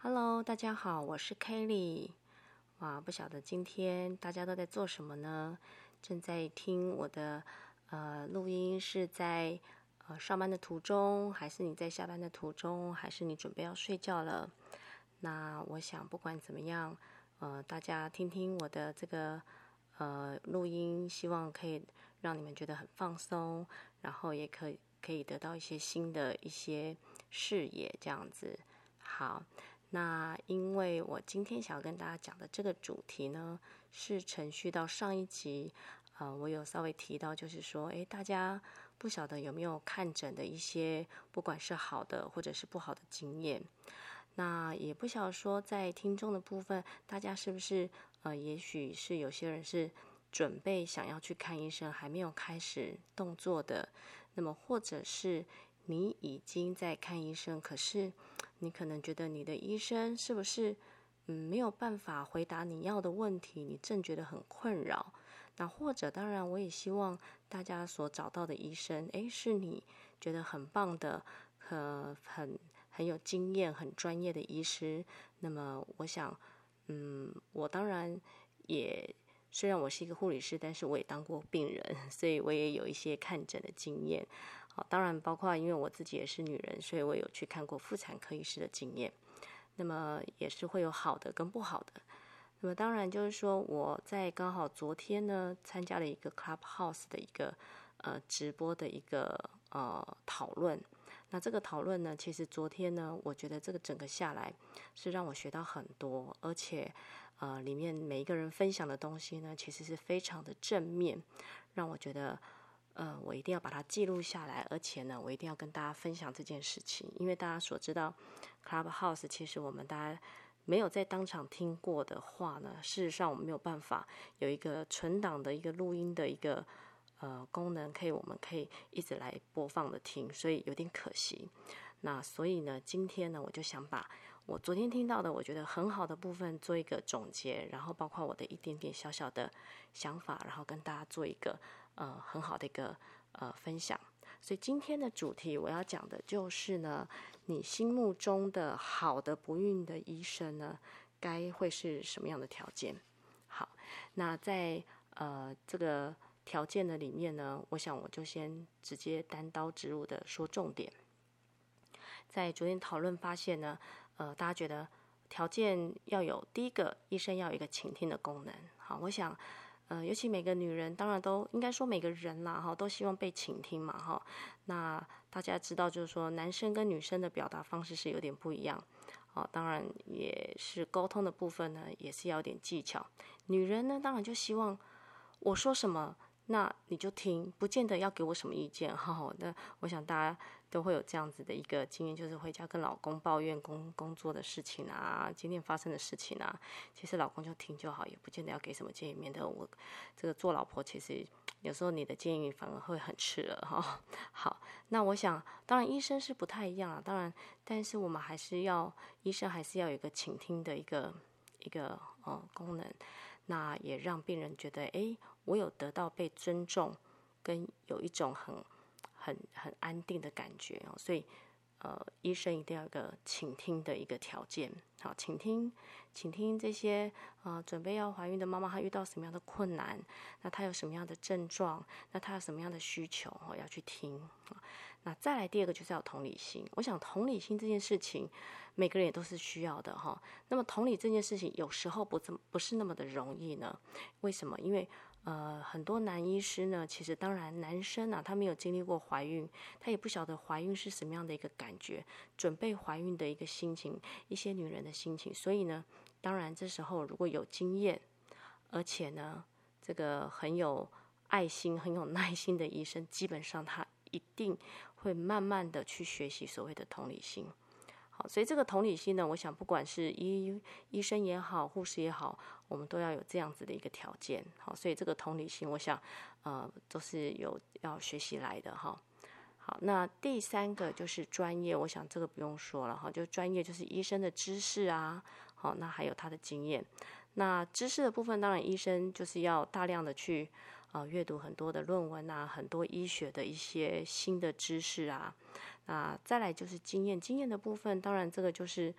Hello，大家好，我是 Kelly。哇，不晓得今天大家都在做什么呢？正在听我的录音，是在上班的途中，还是你在下班的途中，还是你准备要睡觉了？那我想不管怎么样，大家听听我的这个录音，希望可以让你们觉得很放松，然后也可以得到一些新的一些视野，这样子。好。那因为我今天想要跟大家讲的这个主题呢，是承续到上一集，我有稍微提到，就是说，大家不晓得有没有看诊的一些，不管是好的或者是不好的经验。那也不晓得说，在听众的部分，大家是不是也许是有些人是准备想要去看医生，还没有开始动作的，那么或者是你已经在看医生，可是你可能觉得你的医生是不是没有办法回答你要的问题，你正觉得很困扰。那或者当然我也希望大家所找到的医生，是你觉得很棒的，很有经验、很专业的医师。那么我想，我当然也虽然我是一个护理师，但是我也当过病人，所以我也有一些看诊的经验。当然包括因为我自己也是女人，所以我有去看过妇产科医师的经验。那么也是会有好的跟不好的。那么当然就是说，我在刚好昨天呢参加了一个 Clubhouse 的一个直播的一个讨论。那这个讨论呢，其实昨天呢，我觉得这个整个下来是让我学到很多，而且里面每一个人分享的东西呢，其实是非常的正面，让我觉得我一定要把它记录下来，而且呢，我一定要跟大家分享这件事情，因为大家所知道 Clubhouse 其实我们大家没有在当场听过的话呢，事实上我们没有办法有一个存档的一个录音的一个功能，我们可以一直来播放的听，所以有点可惜。那所以呢，今天呢，我就想把我昨天听到的我觉得很好的部分做一个总结，然后包括我的一点点小小的想法，然后跟大家做一个很好的一个分享。所以今天的主题我要讲的就是呢，你心目中的好的不孕的医生呢，该会是什么样的条件？好，那在这个条件的里面呢，我想我就先直接单刀直入的说重点。在昨天讨论发现呢，大家觉得条件要有第一个，医生要有一个倾听的功能。好，我想尤其每个女人，当然都应该说每个人啦，哈，都希望被倾听嘛，哈。那大家知道，就是说男生跟女生的表达方式是有点不一样，当然也是沟通的部分呢，也是要有点技巧。女人呢，当然就希望我说什么，那你就听，不见得要给我什么意见，哈。那我想大家都会有这样子的一个经验，就是回家跟老公抱怨工作的事情啊，今天发生的事情啊，其实老公就听就好，也不见得要给什么建议，免得我这个做老婆，其实有时候你的建议反而会很刺耳哈。好，那我想，当然医生是不太一样啊，当然，但是我们还是要，医生还是要有一个倾听的一个功能，那也让病人觉得，我有得到被尊重，跟有一种很安定的感觉哦，所以医生一定要有一个倾听的一个条件。好，倾听这些准备要怀孕的妈妈，她遇到什么样的困难，那她有什么样的症状，那她有什么样的需求要去听。那再来第二个就是要有同理心。我想同理心这件事情，每个人也都是需要的哈。那么同理这件事情有时候不是那么的容易呢？为什么？因为很多男医师呢，其实当然男生啊，他没有经历过怀孕，他也不晓得怀孕是什么样的一个感觉，准备怀孕的一个心情，一些女人的心情。所以呢，当然这时候如果有经验，而且呢，这个很有爱心、很有耐心的医生，基本上他一定会慢慢的去学习所谓的同理心。好，所以这个同理心呢，我想不管是医生也好，护士也好，我们都要有这样子的一个条件。好，所以这个同理心，我想都是要学习来的哈。好，那第三个就是专业，我想这个不用说了哈，就专业就是医生的知识啊，好，那还有他的经验。那知识的部分，当然医生就是要大量的去阅读很多的论文啊，很多医学的一些新的知识啊。那再来就是经验的部分，当然这个就是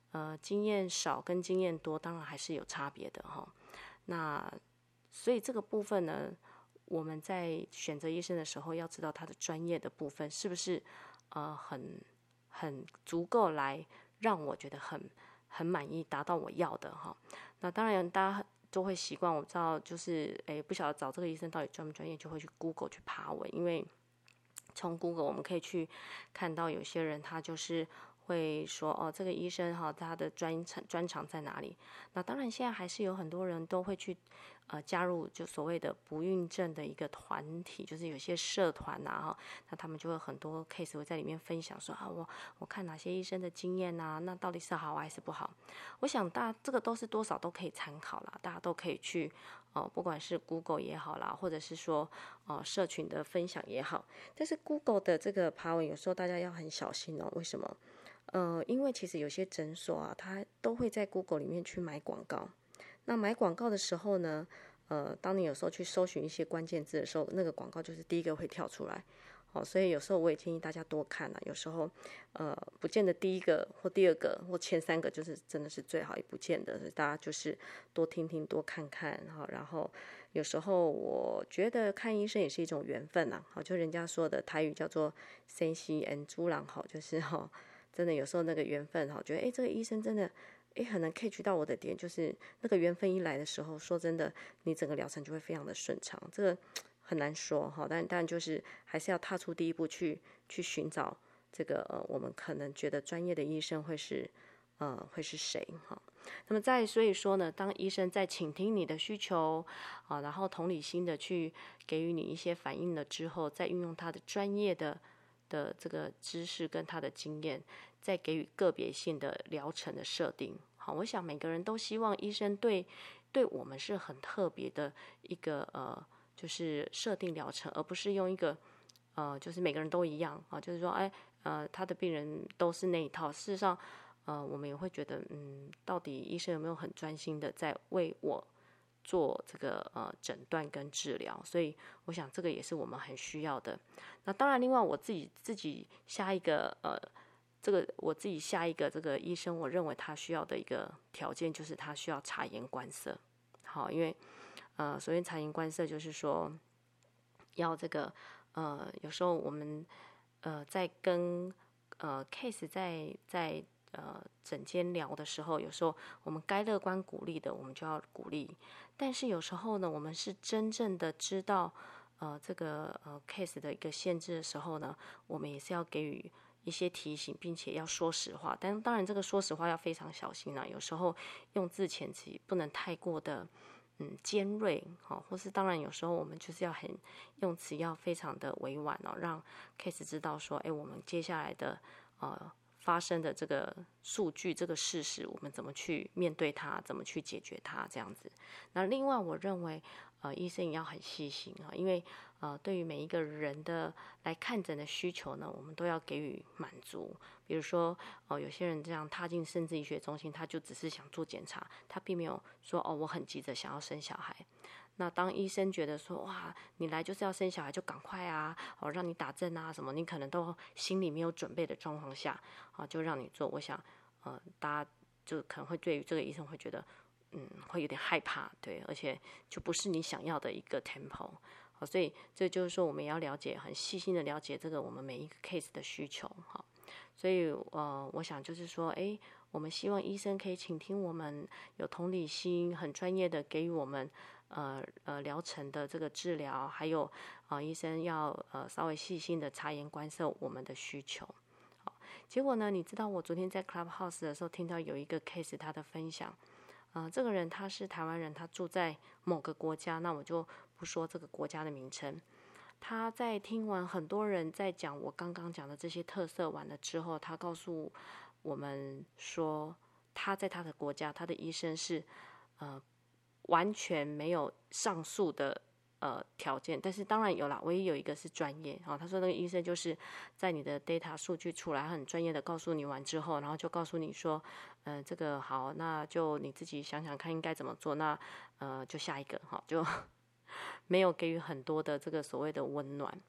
经验少跟经验多，当然还是有差别的哈。那所以这个部分呢，我们在选择医生的时候，要知道他的专业的部分是不是很足够来让我觉得很满意，达到我要的哈。那当然大家都会习惯，我知道就是不晓得找这个医生到底专不专业，就会去 Google 去爬文，因为从 Google 我们可以去看到有些人他就是会说这个医生哈他的专长在哪里。那当然现在还是有很多人都会去加入就所谓的不孕症的一个团体，就是有些社团啊那他们就会很多 case 会在里面分享说我看哪些医生的经验啊，那到底是好还是不好。我想这个都是多少都可以参考啦，大家都可以去不管是 Google 也好啦，或者是说社群的分享也好。但是 Google 的这个爬文有时候大家要很小心为什么？因为其实有些诊所啊，它都会在 Google 里面去买广告。那买广告的时候呢，当你有时候去搜寻一些关键字的时候，那个广告就是第一个会跳出来。所以有时候我也建议大家多看有时候不见得第一个或第二个或前三个就是真的是最好，也不见得，所以大家就是多听听多看看然后有时候我觉得看医生也是一种缘分就人家说的台语叫做生西恩猪郎就是真的有时候那个缘分觉得这个医生真的很能 catch 到我的点，就是那个缘分一来的时候，说真的你整个疗程就会非常的顺畅，这个很难说但就是还是要踏出第一步去寻找这个我们可能觉得专业的医生会是谁那么所以说呢，当医生在倾听你的需求然后同理心的去给予你一些反应了之后，再运用他的专业的这个知识跟他的经验，再给予个别性的疗程的设定。好，我想每个人都希望医生对我们是很特别的一个就是设定疗程，而不是用一个就是每个人都一样就是说他的病人都是那一套。事实上我们也会觉得到底医生有没有很专心的在为我做这个诊断跟治疗，所以我想这个也是我们很需要的。那当然另外我自己下一个我自己下一个这个医生，我认为他需要的一个条件就是他需要察言观色。好，因为首先察言观色就是说要这个有时候我们在跟case 在诊间聊的时候，有时候我们该乐观鼓励的我们就要鼓励，但是有时候呢我们是真正的知道这个case 的一个限制的时候呢，我们也是要给予一些提醒，并且要说实话。但当然这个说实话要非常小心有时候用字遣词不能太过的尖锐或是当然有时候我们就是要用词要非常的委婉让 case 知道说我们接下来的发生的这个数据这个事实，我们怎么去面对它，怎么去解决它这样子。那另外我认为医生也要很细心因为对于每一个人的来看诊的需求呢，我们都要给予满足。比如说有些人这样踏进生殖医学中心，他就只是想做检查，他并没有说我很急着想要生小孩。那当医生觉得说哇你来就是要生小孩就赶快让你打针什么，你可能都心里没有准备的状况下就让你做，我想大家就可能会对于这个医生会觉得会有点害怕，对，而且就不是你想要的一个 tempo。所以这就是说我们也要了解，很细心的了解这个我们每一个 case 的需求所以我想就是说我们希望医生可以倾听我们，有同理心，很专业的给予我们疗程的这个治疗，还有医生要稍微细心的察言观色我们的需求。结果呢，你知道我昨天在 Clubhouse 的时候听到有一个 case 他的分享这个人他是台湾人，他住在某个国家，那我就不说这个国家的名称。他在听完很多人在讲我刚刚讲的这些特色完了之后，他告诉我们说他在他的国家，他的医生是完全没有上述的条件，但是当然有啦，唯一有一个是专业他说那个医生就是在你的 data 数据出来很专业的告诉你完之后，然后就告诉你说这个好，那就你自己想想看应该怎么做，那就下一个就没有给予很多的这个所谓的温暖。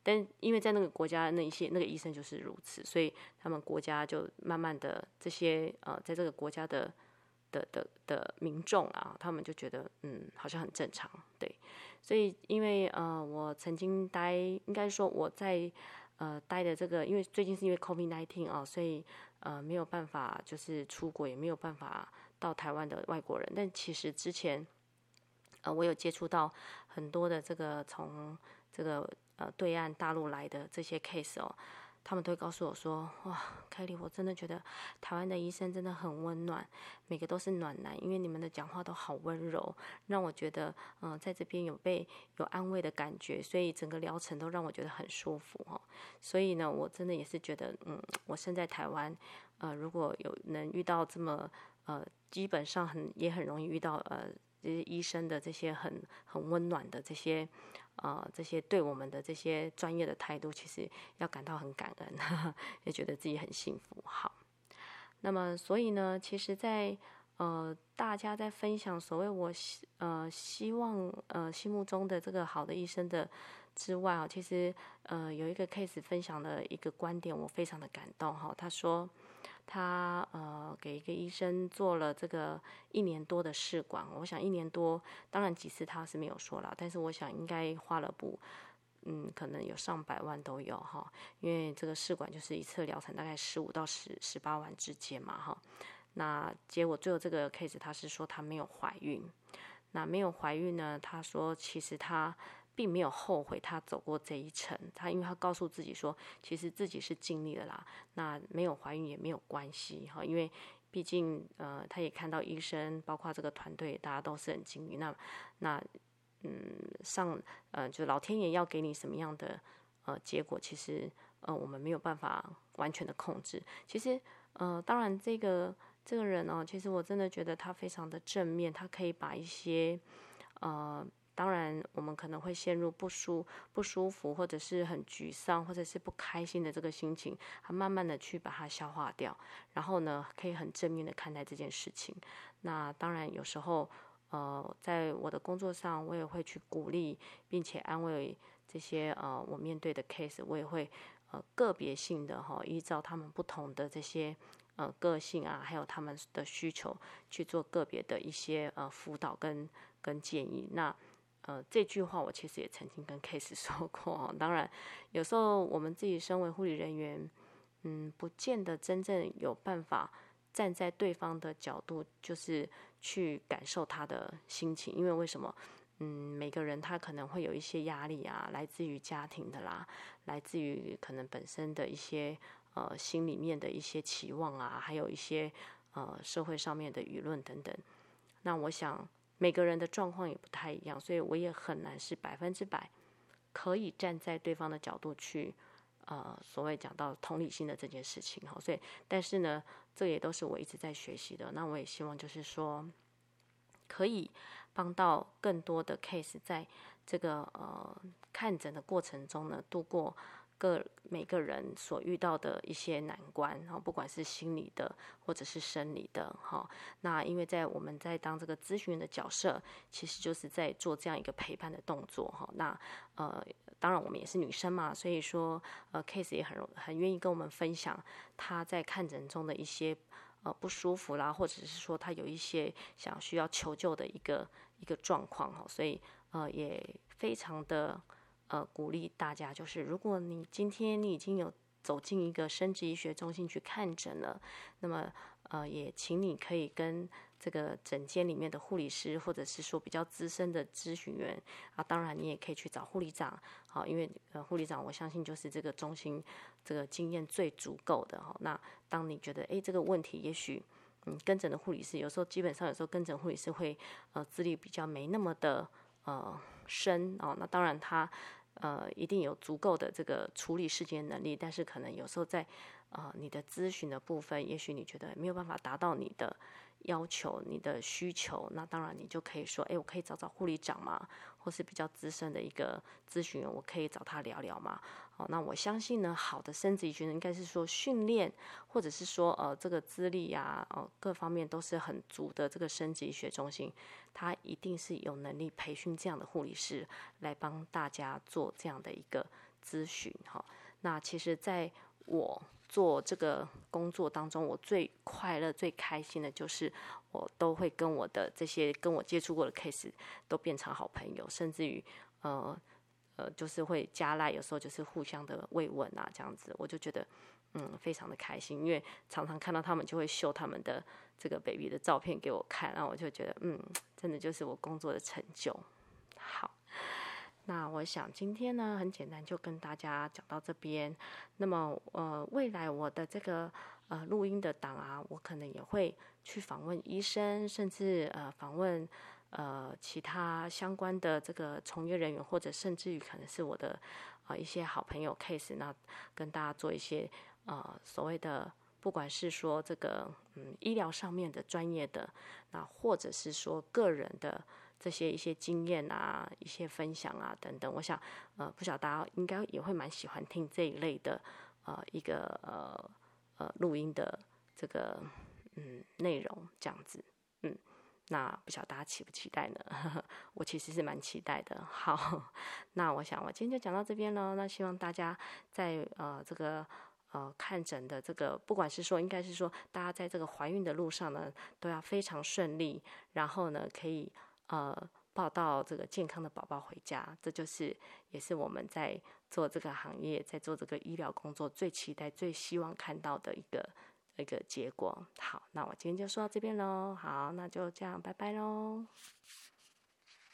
但因为在那个国家那个医生就是如此，所以他们国家就慢慢的这些在这个国家的民众啊，他们就觉得好像很正常，对。所以因为我曾经应该说我在待的这个，因为最近是因为 COVID-19 啊，所以没有办法就是出国，也没有办法到台湾的外国人。但其实之前我有接触到很多的这个从这个对岸大陆来的这些 case 哦。他们都会告诉我说：“哇，凯莉，我真的觉得台湾的医生真的很温暖，每个都是暖男，因为你们的讲话都好温柔，让我觉得，在这边有安慰的感觉，所以整个疗程都让我觉得很舒服哦。所以呢，我真的也是觉得，我身在台湾，如果能遇到这么基本上也很容易遇到这些医生的这些很温暖的这些对我们的这些专业的态度，其实要感到很感恩，也觉得自己很幸福。好，那么所以呢，其实在大家在分享所谓我希望心目中的这个好的医生的之外啊，其实有一个 case 分享的一个观点，我非常的感动哈。他说他给一个医生做了这个1年多的试管，我想1年多，当然几次他是没有说了，但是我想应该花了可能有上百万都有哈，因为这个试管就是一次疗程大概15到18万之间嘛哈。那结果最后这个 case 他是说他没有怀孕，那没有怀孕呢，他说其实他并没有后悔他走过这一程，因为他告诉自己说，其实自己是尽力了啦，那没有怀孕也没有关系哈，因为毕竟他也看到医生，包括这个团队，大家都是很尽力，那就老天爷要给你什么样的结果，其实我们没有办法完全的控制。其实当然这个人哦，其实我真的觉得他非常的正面，他可以把一些当然我们可能会陷入不舒服，或者是很沮丧，或者是不开心的这个心情，他慢慢的去把它消化掉，然后呢，可以很正面的看待这件事情。那当然有时候在我的工作上，我也会去鼓励并且安慰这些我面对的 case， 我也会个别性的依照他们不同的这些个性啊，还有他们的需求去做个别的一些辅导跟建议。那这句话我其实也曾经跟 case 说过当然有时候我们自己身为护理人员，不见得真正有办法站在对方的角度，就是去感受他的心情，因为为什么？每个人他可能会有一些压力啊，来自于家庭的啦，来自于可能本身的一些心里面的一些期望啊，还有一些社会上面的舆论等等。那我想每个人的状况也不太一样，所以我也很难是100%可以站在对方的角度去所谓讲到同理心的这件事情哈。所以但是呢，这也都是我一直在学习的。那我也希望就是说可以帮到更多的 case， 在这个看诊的过程中呢，度过每个人所遇到的一些难关，不管是心理的或者是生理的哈。那因为我们在当这个咨询员的角色，其实就是在做这样一个陪伴的动作哈。那当然我们也是女生嘛，所以说case 也很愿意跟我们分享她在看诊中的一些不舒服啦，或者是说他有一些需要求救的一个状况哈，所以也非常的鼓励大家，就是如果你今天你已经有走进一个生殖医学中心去看诊了，那么也请你可以跟这个诊间里面的护理师，或者是说比较资深的咨询员啊，当然你也可以去找护理长，好，因为护理长我相信就是这个中心这个经验最足够的哈。那当你觉得这个问题也许跟诊的护理师有时候跟诊护理师会资历比较没那么的深哦，那当然他一定有足够的这个处理事件能力，但是可能有时候在你的咨询的部分，也许你觉得没有办法达到你的要求、你的需求，那当然你就可以说，我可以找护理长嘛，或是比较资深的一个咨询员，我可以找他聊聊嘛。那我相信呢，好的生殖医学应该是说训练，或者是说这个资历啊，各方面都是很足的这个生殖医学中心，他一定是有能力培训这样的护理师来帮大家做这样的一个咨询哈。那其实在我做这个工作当中，我最快乐、最开心的就是我都会跟我的这些跟我接触过的 case 都变成好朋友，甚至于就是会加赖，有时候就是互相的慰问啊，这样子，我就觉得非常的开心，因为常常看到他们就会秀他们的这个 baby 的照片给我看，然后我就觉得真的就是我工作的成就。好，那我想今天呢很简单，就跟大家讲到这边。那么未来我的这个录音的档啊，我可能也会去访问医生，甚至访问其他相关的这个从业人员，或者甚至于可能是我的一些好朋友 case， 那跟大家做一些所谓的，不管是说这个医疗上面的专业的，那或者是说个人的这些一些经验啊、一些分享啊等等，我想不晓得大家应该也会蛮喜欢听这一类的一个录音的这个内容这样子。那不晓得大家期不期待呢？我其实是蛮期待的。好，那我想我今天就讲到这边了。那希望大家在这个看诊的这个，不管是说，应该是说，大家在这个怀孕的路上呢，都要非常顺利，然后呢，可以抱到这个健康的宝宝回家。这就是也是我们在做这个行业，在做这个医疗工作最期待、最希望看到的一个结果。好，那我今天就说到这边喽。好，那就这样，拜拜喽。